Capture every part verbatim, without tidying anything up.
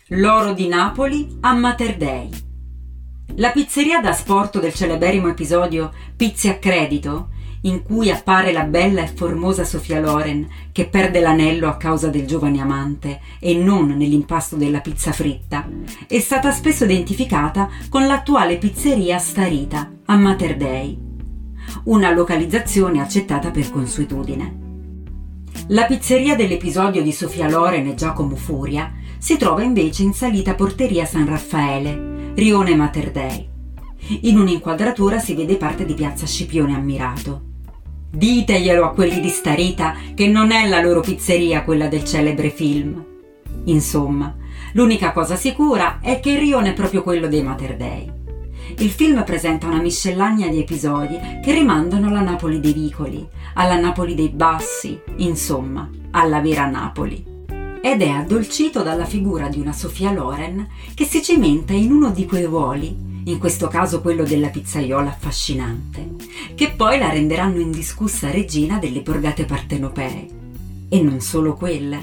L'oro di Napoli a Mater Dei. La pizzeria da asporto del celeberrimo episodio Pizze a credito, in cui appare la bella e formosa Sophia Loren che perde l'anello a causa del giovane amante e non nell'impasto della pizza fritta, è stata spesso identificata con l'attuale pizzeria Starita a Mater Dei, una localizzazione accettata per consuetudine. La pizzeria dell'episodio di Sophia Loren e Giacomo Furia si trova invece in salita Porteria San Raffaele, Rione Mater Dei. In un'inquadratura si vede parte di piazza Scipione Ammirato. Diteglielo a quelli di Starita che non è la loro pizzeria quella del celebre film. Insomma, l'unica cosa sicura è che il rione è proprio quello dei Mater Dei. Il film presenta una miscellanea di episodi che rimandano alla Napoli dei vicoli, alla Napoli dei bassi, insomma, alla vera Napoli. Ed è addolcito dalla figura di una Sophia Loren che si cimenta in uno di quei ruoli, in questo caso quello della pizzaiola affascinante, che poi la renderanno indiscussa regina delle borgate partenopee. E non solo quelle.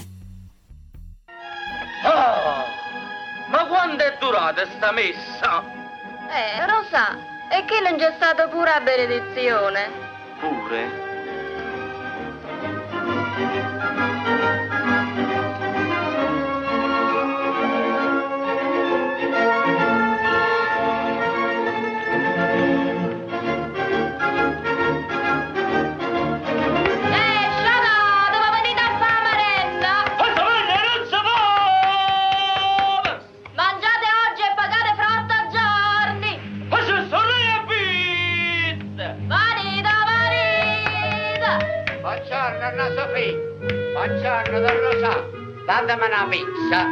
Oh, ma quando è durata sta messa? Eh, lo sa, e che non c'è stata pure a benedizione? Pure? Buongiorno Sofì, buongiorno Don Rosà, datemi una pizza.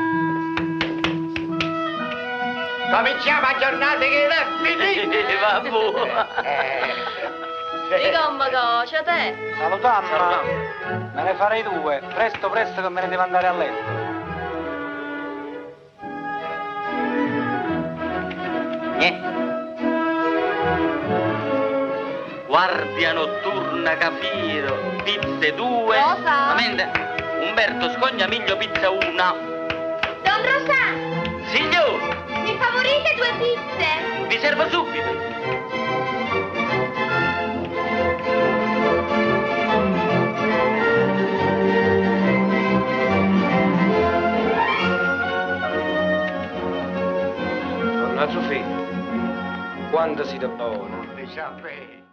Cominciamo a giornata che è finita. Vabbè. Eh. Dica un bagocio, te. Salutamma. Me ne farei due, presto presto che me ne devo andare a letto. Niente. Guardia notturna Capiro, pizze due. Rosa. Amende. Umberto Scognamiglio pizza una. Don Rosà, Signor, mi favorite due pizze? vi servo subito. Donna Sofì, quando si da buono? Non sapete.